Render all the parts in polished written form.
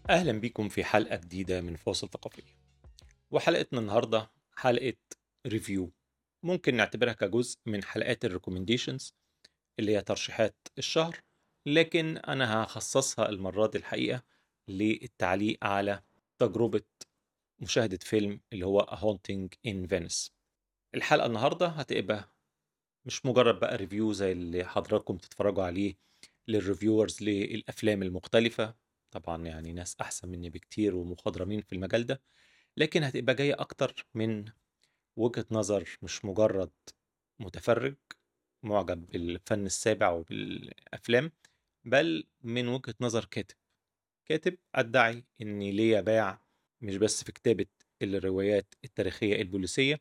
أهلا بيكم في حلقة جديدة من فاصل ثقافية. وحلقتنا النهاردة حلقة ريفيو، ممكن نعتبرها كجزء من حلقات الريكومنديشنز اللي هي ترشيحات الشهر، لكن أنا هخصصها المرة دي الحقيقة للتعليق على تجربة مشاهدة فيلم اللي هو A Haunting in Venice. الحلقة النهاردة هتبقى مش مجرد بقى ريفيو زي اللي حضراتكم تتفرجوا عليه للريفيورز للأفلام المختلفة، طبعا يعني ناس أحسن مني بكتير ومخضرمين في المجال ده، لكن هتبقى جاية أكتر من وجهة نظر، مش مجرد متفرج معجب بالفن السابع وبالأفلام، بل من وجهة نظر كاتب أدعي إن ليا باع مش بس في كتابة الروايات التاريخية البوليسية،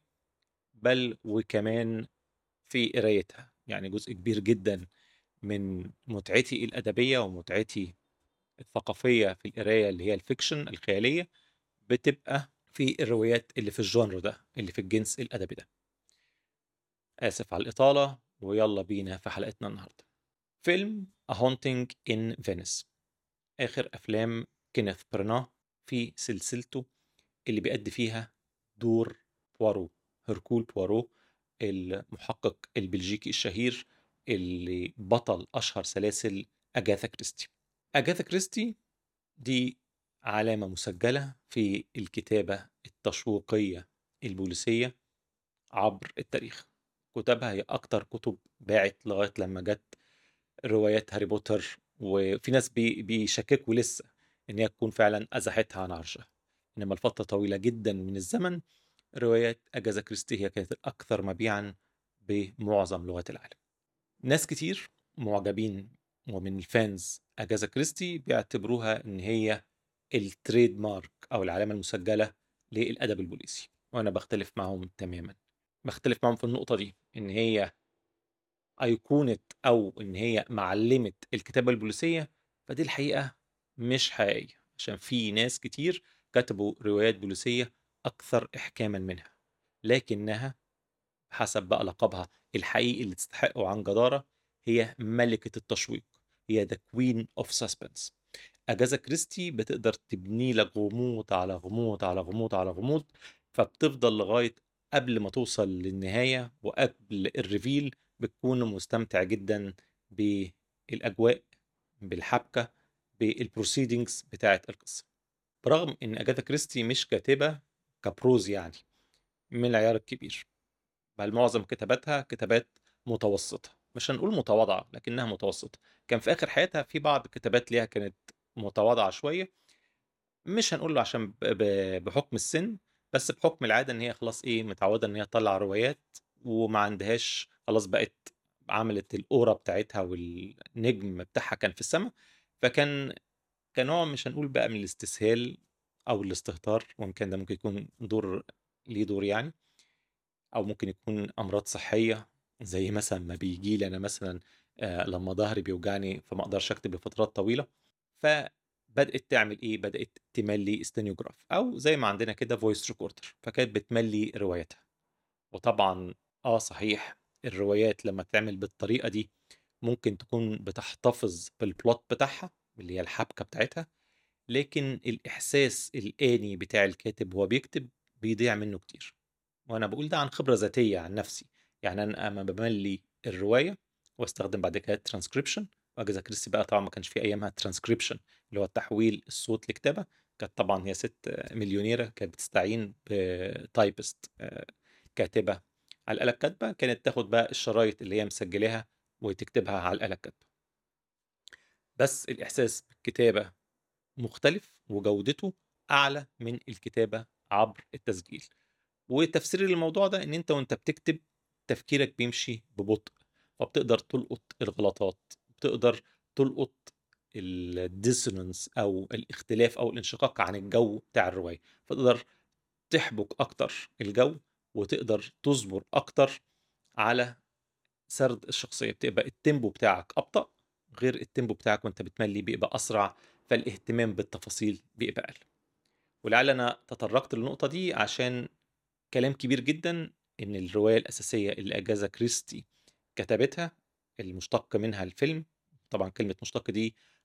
بل وكمان في قرايتها. يعني جزء كبير جدا من متعتي الأدبية ومتعتي الثقافية في القراية اللي هي الفيكشن الخيالية بتبقى في الروايات اللي في الجانر ده، اللي في الجنس الأدبي ده. آسف على الإطالة، ويلا بينا في حلقتنا النهاردة. فيلم A Haunting in Venice، آخر أفلام كينيث برنا في سلسلته اللي بيأدي فيها دور بوارو، هركول بوارو، المحقق البلجيكي الشهير اللي بطل أشهر سلاسل أجاثا كريستي. أجاثا كريستي دي علامة مسجلة في الكتابة التشويقية البوليسية عبر التاريخ. كتابها هي أكتر كتب باعت لغاية لما جت روايات هاري بوتر، وفي ناس بيشككوا لسه إن هي تكون فعلا أزحتها عن عرشها. إنما لفترة طويلة جدا من الزمن روايات أجاثا كريستي هي كانت الأكثر مبيعا بمعظم لغات العالم. ناس كتير معجبين ومن الفانز أجاثا كريستي بيعتبروها إن هي التريد مارك أو العلامة المسجلة للأدب البوليسي، وأنا بختلف معهم تماما. بختلف معهم في النقطة دي، إن هي أيقونة أو إن هي معلمة الكتابة البوليسية، فدي الحقيقة مش حقيقية، عشان في ناس كتير كتبوا روايات بوليسية أكثر إحكاما منها، لكنها حسب بقى لقبها الحقيقي اللي تستحقه عن جدارة هي ملكة التشويق، هي The Queen of Suspense. أجازا كريستي بتقدر تبني لك غموض على غموض على غموض على غموض، فبتفضل لغاية قبل ما توصل للنهاية وقبل الريفيل بتكون مستمتع جدا بالأجواء، بالحبكة، بالبروسيدنجز بتاعت القصة. برغم إن أجاثا كريستي مش كاتبة كبروز يعني من العيار الكبير، بل معظم كتاباتها كتابات متوسطة، مش هنقول متواضعة لكنها متوسطة. كان في آخر حياتها في بعض كتابات ليها كانت متواضعة شوية، مش هنقول له عشان بحكم السن، بس بحكم العادة ان هي خلاص ايه متعودة ان هي تطلع روايات وما عندهاش، خلاص بقت عملت الأورا بتاعتها والنجم بتاعها كان في السماء، فكان كنوع مش هنقول بقى من الاستسهال او الاستهتار، وان كان ده ممكن يكون دور ليه دور يعني، او ممكن يكون امراض صحيه، زي مثلا ما بيجي لي انا مثلا لما ظهري بيوجعني فما اقدرش اكتب لفترات طويله، فبدات تعمل ايه، بدات تملي استنيوجراف او زي ما عندنا كده فويس ريكوردر، فكانت بتملي رواياتها. وطبعا صحيح، الروايات لما تعمل بالطريقه دي ممكن تكون بتحتفظ بالبلوت بتاعها اللي هي الحبكه بتاعتها، لكن الاحساس الاني بتاع الكاتب وهو بيكتب بيضيع منه كتير. وانا بقول ده عن خبره ذاتيه عن نفسي. يعني انا اما بملي الروايه واستخدم بعد كده ترانسكريبشن، واجهزه كريستي بقى طبعا ما كانش في ايامها ترانسكريبشن اللي هو تحويل الصوت لكتابه، كانت طبعا هي ست مليونيره كانت بتستعين بتايبست، كاتبه على الاله الكاتبه، كانت تاخد بقى الشرايط اللي هي مسجلاها وتكتبها على الاله الكاتبه. بس الاحساس بالكتابه مختلف وجودته اعلى من الكتابه عبر التسجيل. وتفسير الموضوع ده ان انت وانت بتكتب تفكيرك بيمشي ببطء، فبتقدر تلقط الغلطات، بتقدر تلقط الديسونانس او الاختلاف او الانشقاق عن الجو بتاع الرواية، فتقدر تحبك اكتر الجو، وتقدر تصبر اكتر على سرد الشخصية، بتبقى التيمبو بتاعك ابطأ، غير التيمبو بتاعك وانت بتملي بيبقى اسرع، فالاهتمام بالتفاصيل بيبقى اقل. ولعل انا تطرقت للنقطة دي عشان كلام كبير جدا ان الروايه الاساسيه اللي اجازا كريستي كتبتها المشتق منها الفيلم، طبعا كلمه مشتق دي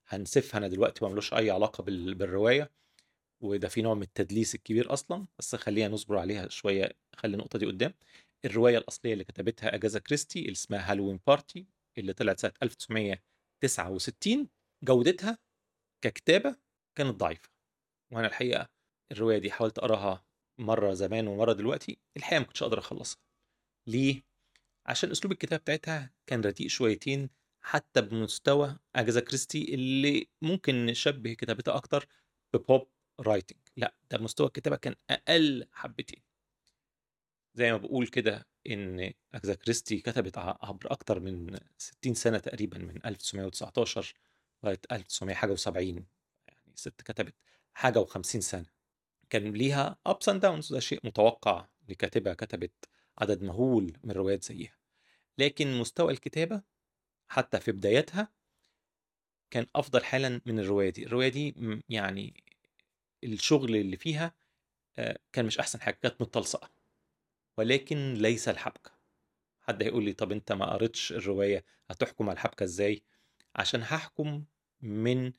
هنسفها انا دلوقتي وملوش اي علاقه بالروايه، وده في نوع من التدليس الكبير اصلا، بس خلينا نصبر عليها شويه، خلي النقطه دي قدام. الروايه الاصليه اللي كتبتها اجازا كريستي اللي اسمها هالوين بارتي، اللي طلعت سنه 1969، جودتها ككتابه كانت ضعيفه. وانا الحقيقه الروايه دي حاولت اقراها مره زمان ومره دلوقتي، الحقيقه ما كنتش اقدر اخلصها. ليه؟ عشان اسلوب الكتابه بتاعتها كان رديء شويتين، حتى بمستوى اجازا كريستي اللي ممكن نشبه كتابتها اكتر ببوب رايتنج. لا، ده مستوى الكتابه كان اقل حبتين. زي ما بقول كده ان اجازا كريستي كتبت عبر اكتر من 60 سنه تقريبا، من 1919 لغايه 1900 حاجه و70، يعني ست كتبت حاجه و50 سنه. كان ليها ups and downs، ده شيء متوقع لكاتبة كتبت عدد مهول من الروايات زيها. لكن مستوى الكتابة حتى في بدايتها كان أفضل حالا من الرواية دي. الرواية دي يعني الشغل اللي فيها كان مش أحسن حاجة، كانت متلصقة ولكن ليس الحبكة. حد هيقول لي طب أنت ما قريتش الرواية هتحكم على الحبكة إزاي؟ عشان هحكم من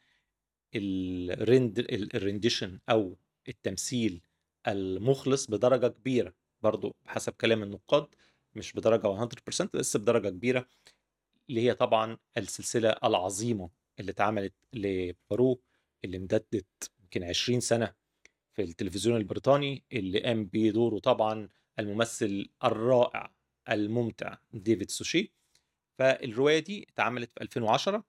الرينديشن أو التمثيل المخلص بدرجة كبيرة، برضو بحسب كلام النقاد، مش بدرجة 100% بس بدرجة كبيرة، اللي هي طبعا السلسلة العظيمة اللي اتعملت لبارو، اللي امتدت يمكن 20 سنة في التلفزيون البريطاني، اللي قام بدوره طبعا الممثل الرائع الممتع ديفيد سوشي. فالرواية دي اتعملت في 2010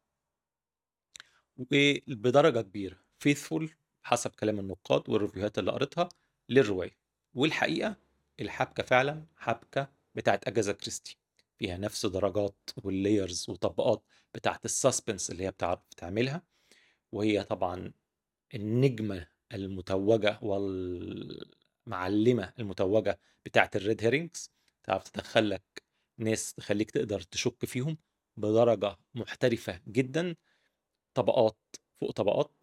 وبدرجة كبيرة فيثفول حسب كلام النقاد والريفيوهات اللي قريتها للرواية. والحقيقة الحبكة فعلا حبكة بتاعت أجازا كريستي، فيها نفس درجات والليرز وطبقات بتاعت الساسبنس اللي هي بتعرف تعملها. وهي طبعا النجمة المتوجة والمعلمة المتوجة بتاعت الريد هيرينجز، تعرف تدخلك ناس تخليك تقدر تشك فيهم بدرجة محترفة جدا، طبقات فوق طبقات.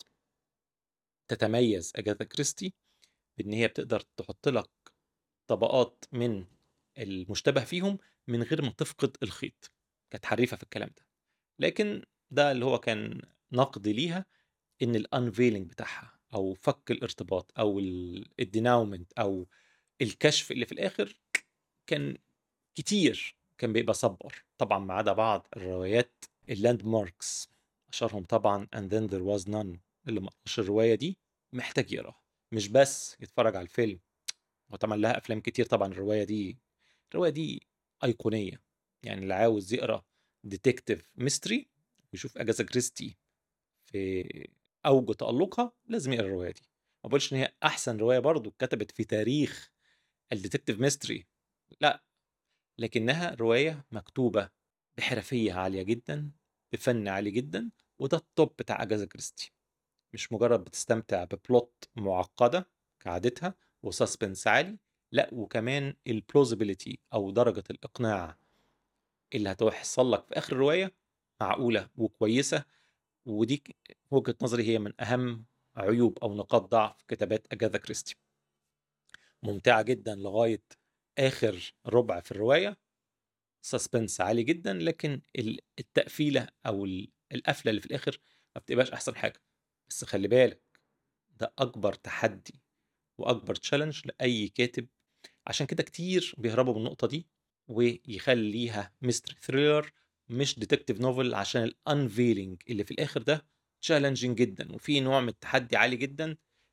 تتميز أجاثا كريستي بإن هي بتقدر تحط لك طبقات من المشتبه فيهم من غير ما تفقد الخيط. كانت حريفة في الكلام ده. لكن ده اللي هو كان نقد ليها، إن الانفيلينج بتاعها أو فك الارتباط أو الديناومنت أو الكشف اللي في الآخر كان كتير، كان بيبقى صبر طبعا، ما عدا بعض الروايات اللاند ماركس، اشهرهم طبعا And Then There Was None. اللي ما قراش الروايه دي محتاج يقراها، مش بس يتفرج على الفيلم، واتعمل لها افلام كتير طبعا. الروايه دي ايقونيه، يعني اللي عاوز يقرا ديتكتيف ميستري ويشوف اجاثا كريستي في اوج تالقها لازم يقرا الروايه دي. ما بقولش ان هي احسن روايه برضو اتكتبت في تاريخ الديتكتيف ميستري، لا، لكنها رواية مكتوبة بحرفية عالية جدا، بفن عالي جدا، وده التوب بتاع أجازا كريستي. مش مجرد بتستمتع ببلوت معقدة كعادتها وساسبنس عالي، لا، وكمان البلوزابيليتي أو درجة الإقناع اللي هتحصل لك في آخر الرواية معقولة وكويسة. ودي وجهة نظري هي من أهم عيوب أو نقاط ضعف كتابات أجاثا كريستي. ممتعة جدا لغاية آخر ربع في الرواية، سسبنس عالي جدا، لكن التقفيله او القفله اللي في الاخر ما بتبقاش احسن حاجه. بس خلي بالك، ده اكبر تحدي واكبر تشالنج لاي كاتب. عشان كده كتير بيهربوا من النقطه دي ويخليها ميستري ثريلر مش ديتكتيف نوفل، عشان الانفيلينج اللي في الاخر ده تشالنجينج جدا وفي نوع من التحدي عالي جدا،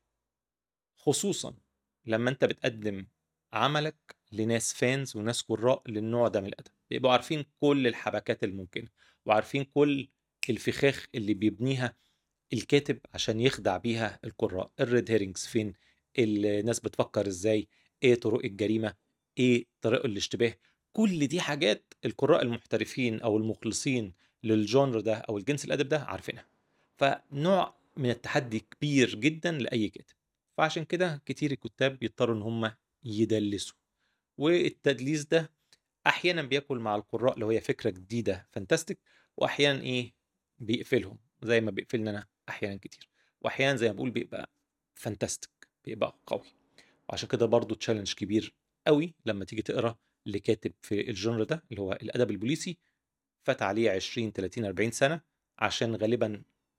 خصوصا لما انت بتقدم عملك لناس فانز وناس قراء للنوع ده من الادب، بيبقوا عارفين كل الحبكات الممكنه وعارفين كل الفخاخ اللي بيبنيها الكاتب عشان يخدع بيها القراء. الريد هيرنجز فين، الناس بتفكر ازاي، ايه طرق الجريمه، ايه طرق الاشتباه. كل دي حاجات القراء المحترفين او المخلصين للجونر ده او الجنس الادب ده عارفينها. فنوع من التحدي كبير جدا لاي كاتب. فعشان كده كتير الكتاب بيضطروا ان هم يدلسوا، والتدليس ده احيانا بياكل مع القراء لو هي فكره جديده فانتاستيك، واحيانا ايه بيقفلهم زي ما بيقفلنا انا احيانا كتير، واحيانا زي ما بقول بيبقى فانتاستيك، بيبقى قوي. وعشان كده برضو تشالنج كبير قوي لما تيجي تقرا لكاتب في الجنر ده اللي هو الادب البوليسي، فات عليه 20 30 40 سنه، عشان غالبا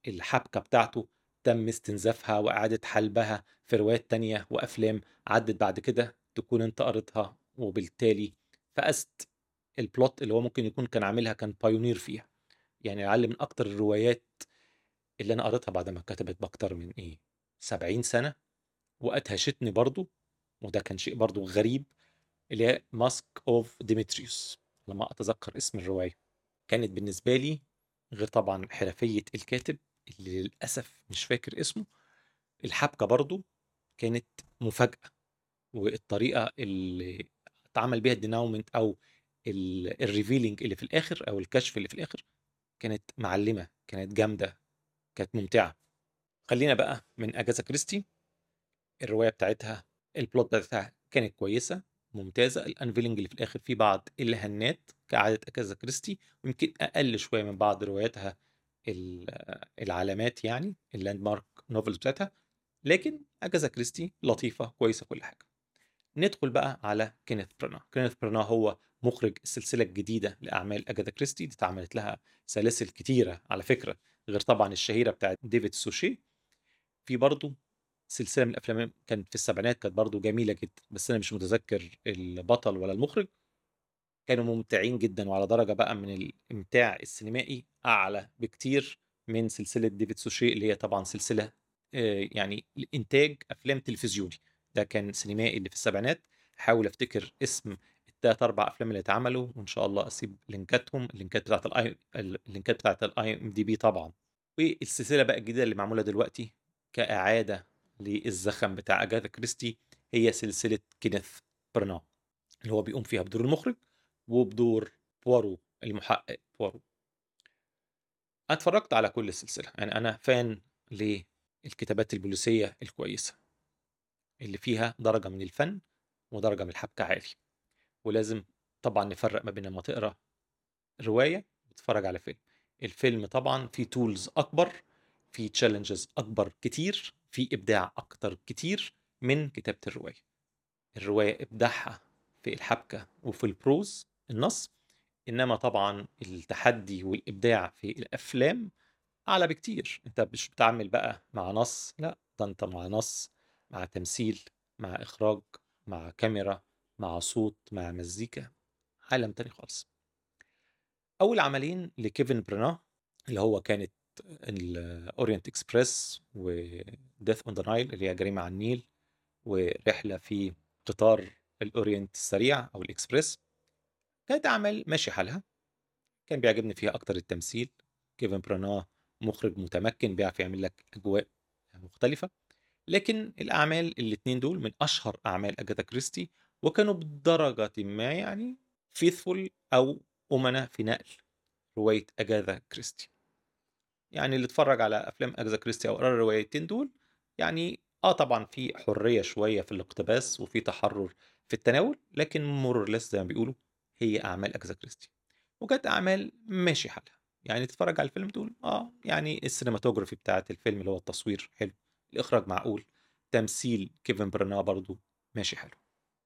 الحبكة بتاعته تم استنزافها وإعادة حلبها في روايات تانية وأفلام عدت بعد كده تكون أنت قريتها، وبالتالي فقست البلوت اللي هو ممكن يكون كان عاملها، كان بايونير فيها. يعني لعل من أكتر الروايات اللي أنا قريتها بعد ما كتبت بأكتر من 70 سنة وأدهشتني برضو، وده كان شيء برضو غريب، اللي هي ماسك اوف ديمتريوس. لما أتذكر اسم الرواية كانت بالنسبة لي، غير طبعا حرفية الكاتب اللي للأسف مش فاكر اسمه، الحبكة برضو كانت مفاجأة. والطريقة اللي اتعمل بيها الديناومنت أو الريفيلينج اللي في الآخر أو الكشف اللي في الآخر كانت معلمة، كانت جامدة، كانت ممتعة. خلينا بقى من أجازا كريستي. الرواية بتاعتها البلوت بتاعتها كانت كويسة ممتازة. الانفيلنج اللي في الآخر فيه بعض الهنات كعادة أجازا كريستي، ويمكن أقل شوية من بعض رواياتها العلامات، يعني اللاند مارك نوفلز بتاعتها. لكن أجازا كريستي لطيفة كويسة كل حاجة. ندخل بقى على كينيث برانا. كينيث برانا هو مخرج السلسلة الجديدة لأعمال أجاثا كريستي. دي اتعملت لها سلاسل كتيرة على فكرة، غير طبعا الشهيرة بتاعت ديفيد سوشي. في برضه سلسلة من الأفلام كانت في السبعينات كانت برضه جميلة جدا، بس أنا مش متذكر البطل ولا المخرج. كانوا ممتعين جدا، وعلى درجة بقى من الإمتاع السينمائي أعلى بكتير من سلسلة ديفيد سوشي، اللي هي طبعا سلسلة يعني إنتاج أفلام تلفزيوني. ده كان سينمائي اللي في السبعينات. حاول أفتكر اسم التلات أربع أفلام اللي اتعملوا، وإن شاء الله أسيب لينكاتهم، اللينكات بتاعت الأي إم دي بي طبعا. والسلسلة بقى الجديدة اللي معمولة دلوقتي كإعادة للزخم بتاع أجاثا كريستي هي سلسلة كينيث برنا، اللي هو بيقوم فيها بدور المخرج وبدور بوارو، المحقق بوارو. أنا اتفرجت على كل السلسلة، يعني أنا فان للكتابات البوليسية الكويسة اللي فيها درجة من الفن ودرجة من الحبكة عالي. ولازم طبعا نفرق ما بين لما تقرأ رواية وتتفرج على فيلم. الفيلم طبعا فيه تولز أكبر، فيه تشالنجز أكبر كتير، فيه إبداع أكتر كتير من كتابة الرواية. الرواية إبداعها في الحبكة وفي البروز النص، انما طبعا التحدي والابداع في الافلام اعلى بكتير. انت مش بتعمل بقى مع نص، لا، ده انت مع نص، مع تمثيل، مع اخراج، مع كاميرا، مع صوت، مع مزيكا، عالم تاني خالص. اول عملين لكيفن برنا اللي هو كانت الاورينت اكسبريس وديث اون ذا نايل اللي هي جريمة على النيل، ورحلة في قطار الاورينت السريع او الاكسبريس، كانت اعمال ماشي حالها. كان بيعجبني فيها اكتر التمثيل. كيفن برانا مخرج متمكن بيعرف يعمل لك اجواء مختلفة. لكن الاعمال الاتنين دول من اشهر اعمال اجاثا كريستي، وكانوا بدرجة ما يعني فيثفول او امنا في نقل رواية اجاثا كريستي. يعني اللي اتفرج على افلام اجاثا كريستي او قرا الروايتين دول، يعني طبعا في حرية شوية في الاقتباس وفي تحرر في التناول، لكن مورلس زي ما بيقولوا هي اعمال اجاثا كريستي، وكانت اعمال ماشي حالها. يعني تتفرج على الفيلم تقول يعني السينماتوجرافي بتاعت الفيلم اللي هو التصوير حلو، الاخراج معقول، تمثيل كيفن برنا برضو ماشي حلو.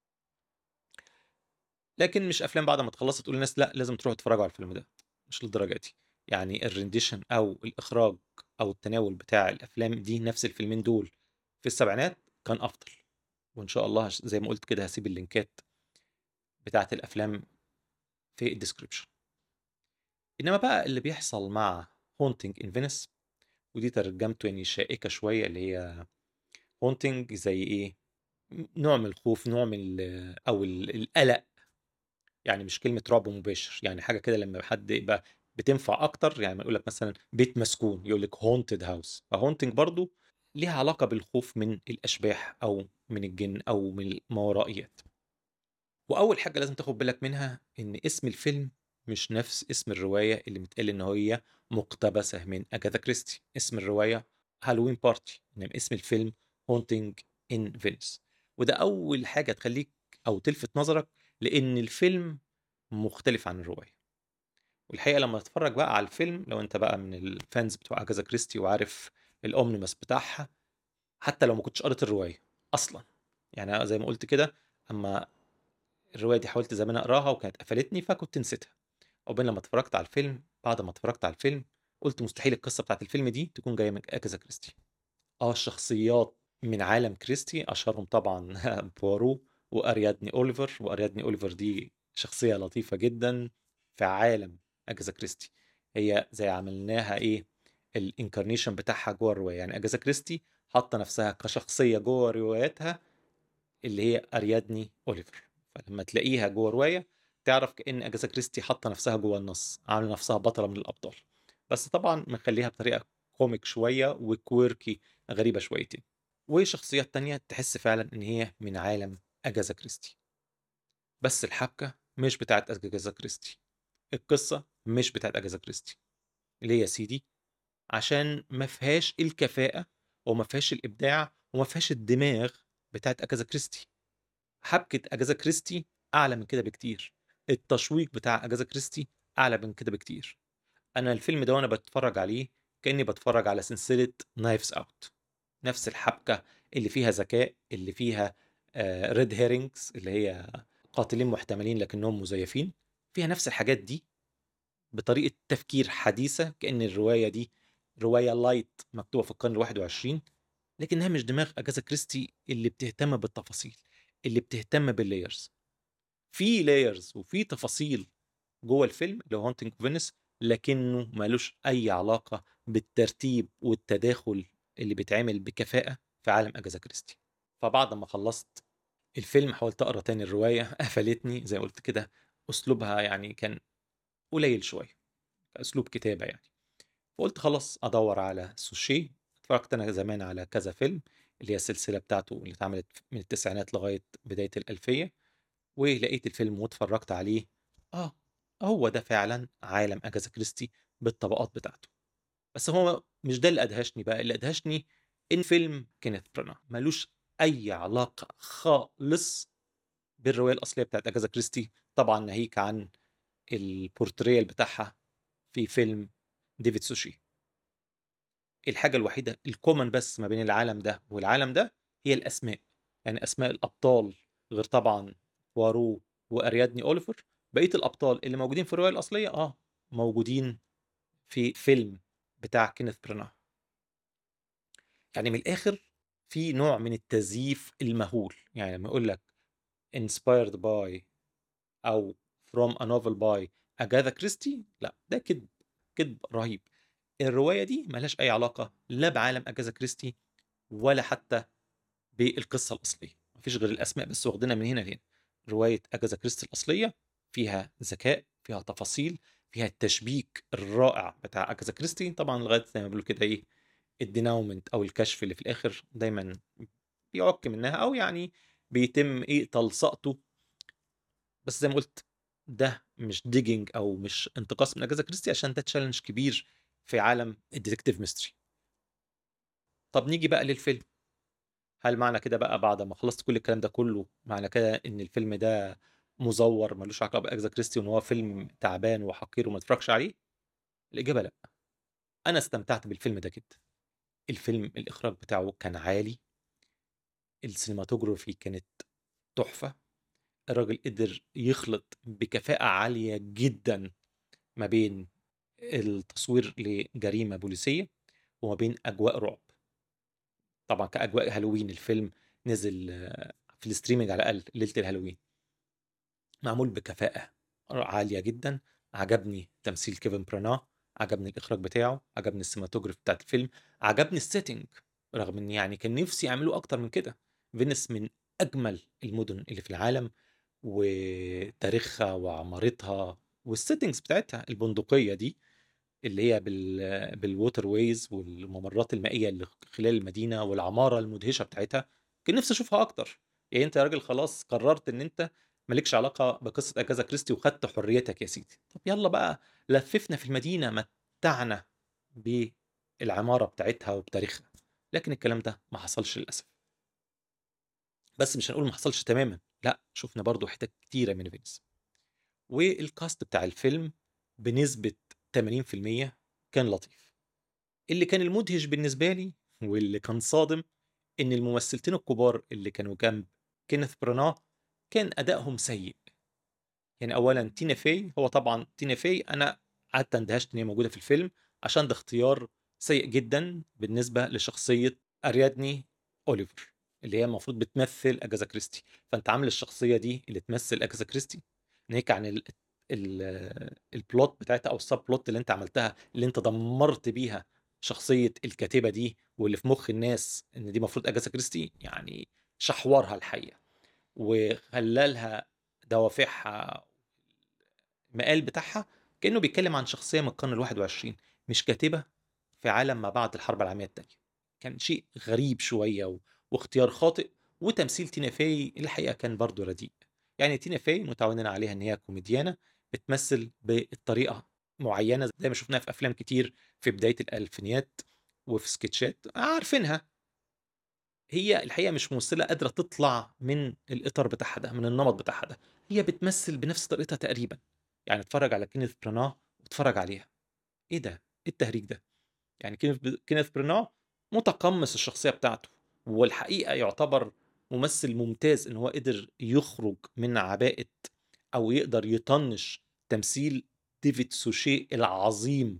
لكن مش افلام بعد ما تخلص تقول للناس لا لازم تروحوا تتفرجوا على الفيلم ده، مش للدرجه دي. يعني الرينديشن او الاخراج او التناول بتاع الافلام دي نفس الفيلمين دول في السبعينات كان افضل. وان شاء الله زي ما قلت كده هسيب اللينكات بتاعت الافلام في الديسكريبشن. انما بقى اللي بيحصل مع هونتنج ان فينيس، ودي ترجمته يعني شائكه شويه، اللي هي هونتنج زي ايه، نوع من الخوف، نوع من او القلق. يعني مش كلمة رعب مباشر، يعني حاجة كده لما حد يبقى بتنفع أكتر. يعني يقول لك مثلا بيت مسكون يقول لك هونتد هاوس، فهونتنج برضو ليها علاقة بالخوف من الأشباح أو من الجن أو من الماورائيات. وأول حاجة لازم تاخد بالك منها إن اسم الفيلم مش نفس اسم الرواية اللي متقال إن هي مقتبسة من أجاثا كريستي. اسم الرواية هالوين بارتي، إنما اسم الفيلم هونتنج إن فينيس. وده أول حاجة تخليك أو تلفت نظرك، لأن الفيلم مختلف عن الرواية. والحقيقة لما تتفرج بقى على الفيلم، لو انت بقى من الفانز بتوع اجازا كريستي وعارف الاومنيمس بتاعها، حتى لو ما كنتش قريت الرواية اصلا، يعني أنا زي ما قلت كده، اما الرواية دي حاولت زمان اقراها وكانت قفلتني فكنت نسيتها. او بين لما اتفرجت على الفيلم، بعد ما اتفرجت على الفيلم قلت مستحيل القصة بتاعت الفيلم دي تكون جاية من أجاثا كريستي. الشخصيات من عالم كريستي أشهرهم طبعا بوارو وأريادني أوليفر. وأريادني أوليفر دي شخصية لطيفة جدا في عالم أجاثا كريستي. هي زي عملناها إيه، الانكارنيشن بتاعها جوه الرواية. يعني أجاثا كريستي حاطة نفسها كشخصية جوه رواياتها اللي هي أريادني أوليفر. فلما تلاقيها جوه رواية تعرف كأن أجاثا كريستي حاطة نفسها جوه النص، عاملة نفسها بطلة من الأبطال، بس طبعا مخليها بطريقة كوميك شوية وكويركي، غريبة شويتين. وشخصيات تانية تحس فعلا إن هي من عالم أجاثا كريستي. بس الحبكة مش بتاعت أجاثا كريستي، القصة مش بتاعت أجاثا كريستي. ليه يا سيدي؟ عشان ما فيهاش الكفاءة وما فيهاش الإبداع وما فيهاش الدماغ بتاعت أجاثا كريستي. حبكة أجاثا كريستي أعلى من كده بكتير، التشويق بتاع أجاثا كريستي أعلى من كده بكتير. أنا الفيلم ده وأنا بتفرج عليه كأني بتفرج على سلسلة نايفز أوت. نفس الحبكة اللي فيها ذكاء، اللي فيها ريد هيرينجز اللي هي قاتلين محتملين لكنهم مزيفين، فيها نفس الحاجات دي بطريقة تفكير حديثة، كأن الرواية دي رواية لايت مكتوبة في القرن ال21، لكنها مش دماغ أجاثا كريستي اللي بتهتم بالتفاصيل، اللي بتهتم باللايرز. في لايرز وفي تفاصيل جوه الفيلم اللي هو هانتنج فينيس، لكنه مالوش أي علاقة بالترتيب والتداخل اللي بيتعمل بكفاءة في عالم أجاثا كريستي. فبعد ما خلصت الفيلم حاولت أقرأ تاني الرواية قفلتني زي ما قلت كده، أسلوبها يعني كان قليل شوية كأسلوب كتابة يعني. فقلت خلاص أدور على سوشي. اتفرجت أنا زمان على كذا فيلم اللي هي السلسلة بتاعته اللي اتعملت من التسعينات لغاية بداية الألفية، ولقيت الفيلم واتفرجت عليه. آه هو ده فعلا عالم أجاثا كريستي بالطبقات بتاعته. بس هو مش ده اللي أدهشني بقى، اللي أدهشني إن فيلم كينيث برانا ملوش أي علاقة خالص بالرواية الأصلية بتاعت أجاثا كريستي، طبعا ناهيك عن البورتريال بتاعها في فيلم ديفيد سوشي. الحاجة الوحيدة الكومن بس ما بين العالم ده والعالم ده هي الأسماء. يعني أسماء الأبطال غير طبعا وارو وأريادني أوليفر، بقية الأبطال اللي موجودين في الرواية الأصلية موجودين في فيلم بتاع كينيث برانا. يعني من الآخر في نوع من التزييف المهول. يعني لما يقول لك inspired by أو from a novel by أجاثا كريستي، لا ده كذب، كذب رهيب. الرواية دي ملهاش أي علاقة لا بعالم أجاثا كريستي ولا حتى بالقصة الأصلية. مفيش غير الأسماء بس واخدينها من هنا لهنا. رواية أجاثا كريستي الأصلية فيها ذكاء، فيها تفاصيل، فيها التشبيك الرائع بتاع أجاثا كريستي. طبعا لغاية زي ما بيقولوا كده إيه، الديناومنت أو الكشف اللي في الآخر دايما بيعك منها، أو يعني بيتم إيه تلصقته. بس زي ما قلت ده مش ديجينج أو مش انتقاص من أجاثا كريستي، عشان ده تشالنج كبير في عالم الديتكتيف ميستري. طب نيجي بقى للفيلم. هل معنى كده بقى بعد ما خلصت كل الكلام ده كله معنى كده ان الفيلم ده مزور ملوش علاقه باجزا كريستي وان هو فيلم تعبان وحقير وما اتفرجش عليه؟ الاجابه لا. انا استمتعت بالفيلم ده جدا. الفيلم الاخراج بتاعه كان عالي، السينماتوجرافي كانت تحفه. الراجل قدر يخلط بكفاءه عاليه جدا ما بين التصوير لجريمه بوليسيه وما بين اجواء رعب. طبعا كاجواء هالوين الفيلم نزل في الاستريمنج على الاقل ليله الهالوين، معمول بكفاءة عالية جدا. عجبني تمثيل كيفن برانا، عجبني الإخراج بتاعه، عجبني السينماتوجراف بتاعت الفيلم، عجبني السيتنج، رغم إن يعني كان نفسي يعملوا أكتر من كده. فينيس من أجمل المدن اللي في العالم، وتاريخها وعمارتها والسيتنجز بتاعتها، البندقية دي اللي هي بالووتر ويز والممرات المائية اللي خلال المدينة والعمارة المدهشة بتاعتها، كان نفسي اشوفها اكتر. يعني انت يا راجل خلاص قررت ان انت مالكش علاقة بقصة اجازا كريستي وخدت حريتك يا سيدي، طب يلا بقى لففنا في المدينة، متعنا بالعمارة بتاعتها وبتاريخها. لكن الكلام ده ما حصلش للأسف. بس مش هنقول ما حصلش تماما، لا شفنا برضو حتت كتيرة من فينيس. والكاست بتاع الفيلم بنسبة 80% كان لطيف. اللي كان المدهش بالنسبة لي واللي كان صادم إن الممثلتين الكبار اللي كانوا جنب كينيث برانا كان أدائهم سيء. يعني أولا تينا فاي، هو طبعا تينا فاي أنا قعدت اندهشت إن هي موجودة في الفيلم، عشان ده اختيار سيء جدا بالنسبة لشخصية أريادني أوليفر اللي هي المفروض بتمثل أجازا كريستي. فأنت عامل الشخصية دي اللي تمثل أجازا كريستي ناهيك عن البلوت بتاعتها أو السب بلوت اللي أنت عملتها، اللي أنت دمرت بيها شخصية الكاتبة دي واللي في مخ الناس إن دي المفروض أجازا كريستي. يعني شحورها الحقيقة وخلالها دوافعها المقال بتاعها كأنه بيتكلم عن شخصية من القرن ال21، مش كاتبة في عالم ما بعد الحرب العالمية التانية. كان شيء غريب شوية واختيار خاطئ. وتمثيل تينا فاي الحقيقة كان برضو رديء. يعني تينا فاي متعودين عليها ان هي كوميديانة بتمثل بالطريقة معينة زي ما شفناها في افلام كتير في بداية الالفينيات وفي سكتشات عارفينها. هي الحقيقة مش ممثلة قادرة تطلع من الإطار بتاعها ده، من النمط بتاعها ده. هي بتمثل بنفس طريقتها تقريبا. يعني اتفرج على كينيث براناه واتفرج عليها، ايه ده؟ ايه التهريج ده؟ يعني كينيث براناه متقمص الشخصية بتاعته، والحقيقة يعتبر ممثل ممتاز ان هو قدر يخرج من عباءة او يقدر يطنش تمثيل ديفيد سوشي العظيم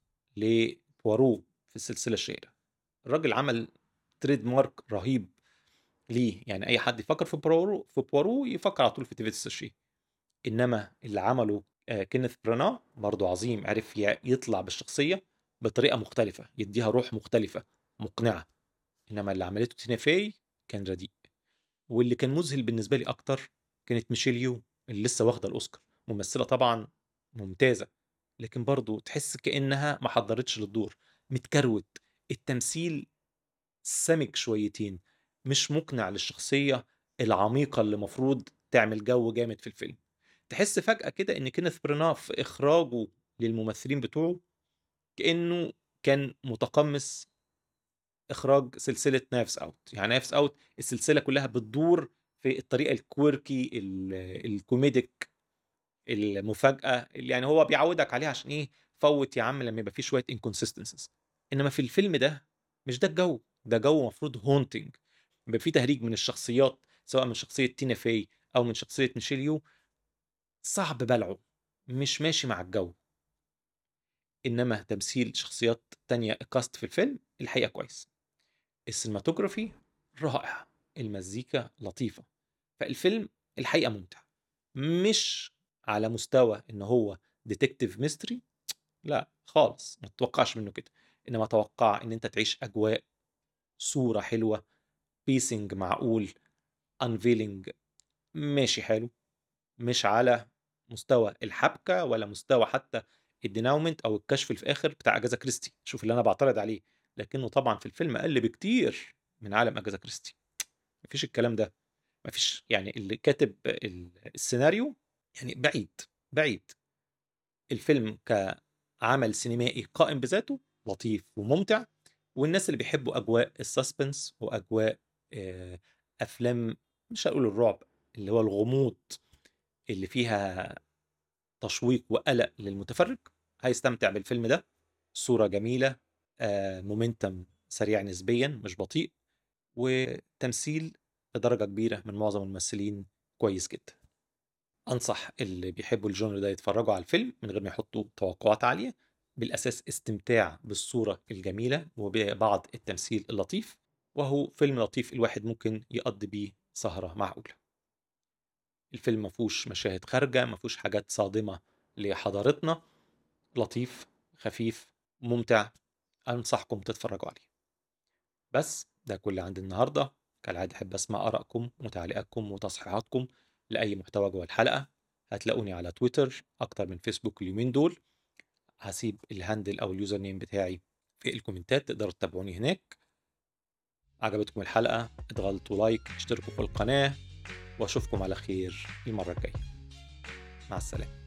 لبوارو في السلسلة الشهيرة. الراجل عمل تريد مارك رهيب ليه. يعني اي حد يفكر في بوارو يفكر على طول في ديفيد سوشي. انما اللي عمله كينيث برانا برضو عظيم، عرف يطلع بالشخصية بطريقة مختلفة، يديها روح مختلفة مقنعة. انما اللي عملته تينا فاي كان رديء. واللي كان مذهل بالنسبة لي اكتر كانت ميشيل يو اللي لسه واخدة الاوسكار. ممثلة طبعا ممتازة، لكن برضو تحس كأنها ما حضرتش للدور، متكروت. التمثيل سمك شويتين، مش مقنع للشخصية العميقة اللي مفروض تعمل جو جامد في الفيلم. تحس فجأة كده ان كينيث بريناه في اخراجه للممثلين بتوعه كأنه كان متقمص اخراج سلسلة نايفز اوت. يعني نايفز اوت السلسلة كلها بتدور في الطريقة الكويركي الكوميديك المفاجأة اللي يعني هو بيعودك عليها عشان ايه؟ فوت يا عم لما يبقى فيه شوية inconsistencies. انما في الفيلم ده مش ده الجو. ده جو مفروض هونتنج، يبقى فيه تهريج من الشخصيات سواء من شخصية تينا فاي او من شخصية ميشيل يو. صعب بلعه، مش ماشي مع الجو. انما تمثيل شخصيات تانية كاست في الفيلم الحقيقة كويس. السينماتوجرافي رائع، المزيكا لطيفة. فالفيلم الحقيقة ممتع. مش على مستوى ان هو ديتكتيف ميستري، لا خالص، ما تتوقعش منه كده. انما توقع ان انت تعيش اجواء، صورة حلوة، بيسنج معقول، انفيلينج ماشي حلو. مش على مستوى الحبكة ولا مستوى حتى الديناومنت او الكشف اللي في اخر بتاع اجازا كريستي، شوف اللي انا بعترض عليه. لكنه طبعا في الفيلم اقل بكتير من عالم اجازا كريستي. مفيش الكلام ده. مفيش يعني اللي كاتب السيناريو يعني بعيد بعيد. الفيلم كعمل سينمائي قائم بذاته لطيف وممتع. والناس اللي بيحبوا اجواء السسبنس واجواء آه، افلام مش هقول الرعب، اللي هو الغموض اللي فيها تشويق وقلق للمتفرج، هيستمتع بالفيلم ده. صورة جميلة، مومنتم سريع نسبيا مش بطيء، وتمثيل بدرجة كبيرة من معظم الممثلين كويس جدا. أنصح اللي بيحبوا الجونر ده يتفرجوا على الفيلم من غير ما يحطوا توقعات عالية، بالأساس استمتاع بالصورة الجميلة وبعض التمثيل اللطيف. وهو فيلم لطيف الواحد ممكن يقضي بيه سهرة معقولة. الفيلم مفهوش مشاهد خارجة، مفهوش حاجات صادمة لحضارتنا. لطيف، خفيف، ممتع. أنصحكم تتفرجوا عليه. بس ده كل اللي عندي النهاردة. كالعادة أحب أسمع آرائكم وتعليقاتكم وتصحيحاتكم لأي محتوى جوه الحلقة. هتلاقوني على تويتر أكتر من فيسبوك اليومين دول. هسيب الهاندل أو اليوزر نيم بتاعي في الكومنتات، تقدروا تتابعوني هناك. عجبتكم الحلقة اضغطوا لايك، اشتركوا في القناة، واشوفكم على خير المرة الجاية. مع السلامة.